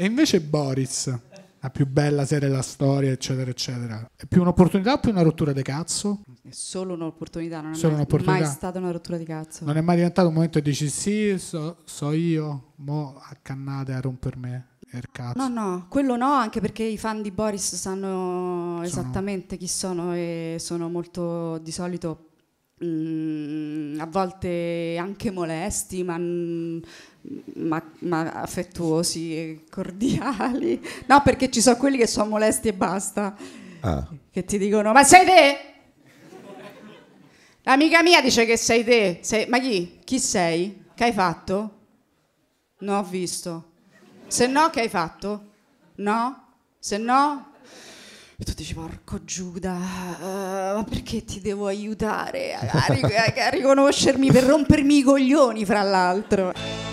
E invece Boris, la più bella serie della storia, eccetera, eccetera. È più un'opportunità o più una rottura di cazzo? È solo un'opportunità, non è Solo un'opportunità. mai stata una rottura di cazzo. Non è mai diventato un momento e dici sì, so io, mo accannate a rompermi il cazzo. No, quello no, anche perché i fan di Boris sanno esattamente chi sono e sono molto di solito a volte anche molesti, ma affettuosi e cordiali. No, perché ci sono quelli che sono molesti e basta. Che ti dicono: ma sei te? L'amica mia dice che sei te. Ma chi sei? Che hai fatto? No, ho visto. Se no, che hai fatto? No? Se no? E tu dici: porco Giuda, ma perché ti devo aiutare a riconoscermi per rompermi i coglioni, fra l'altro?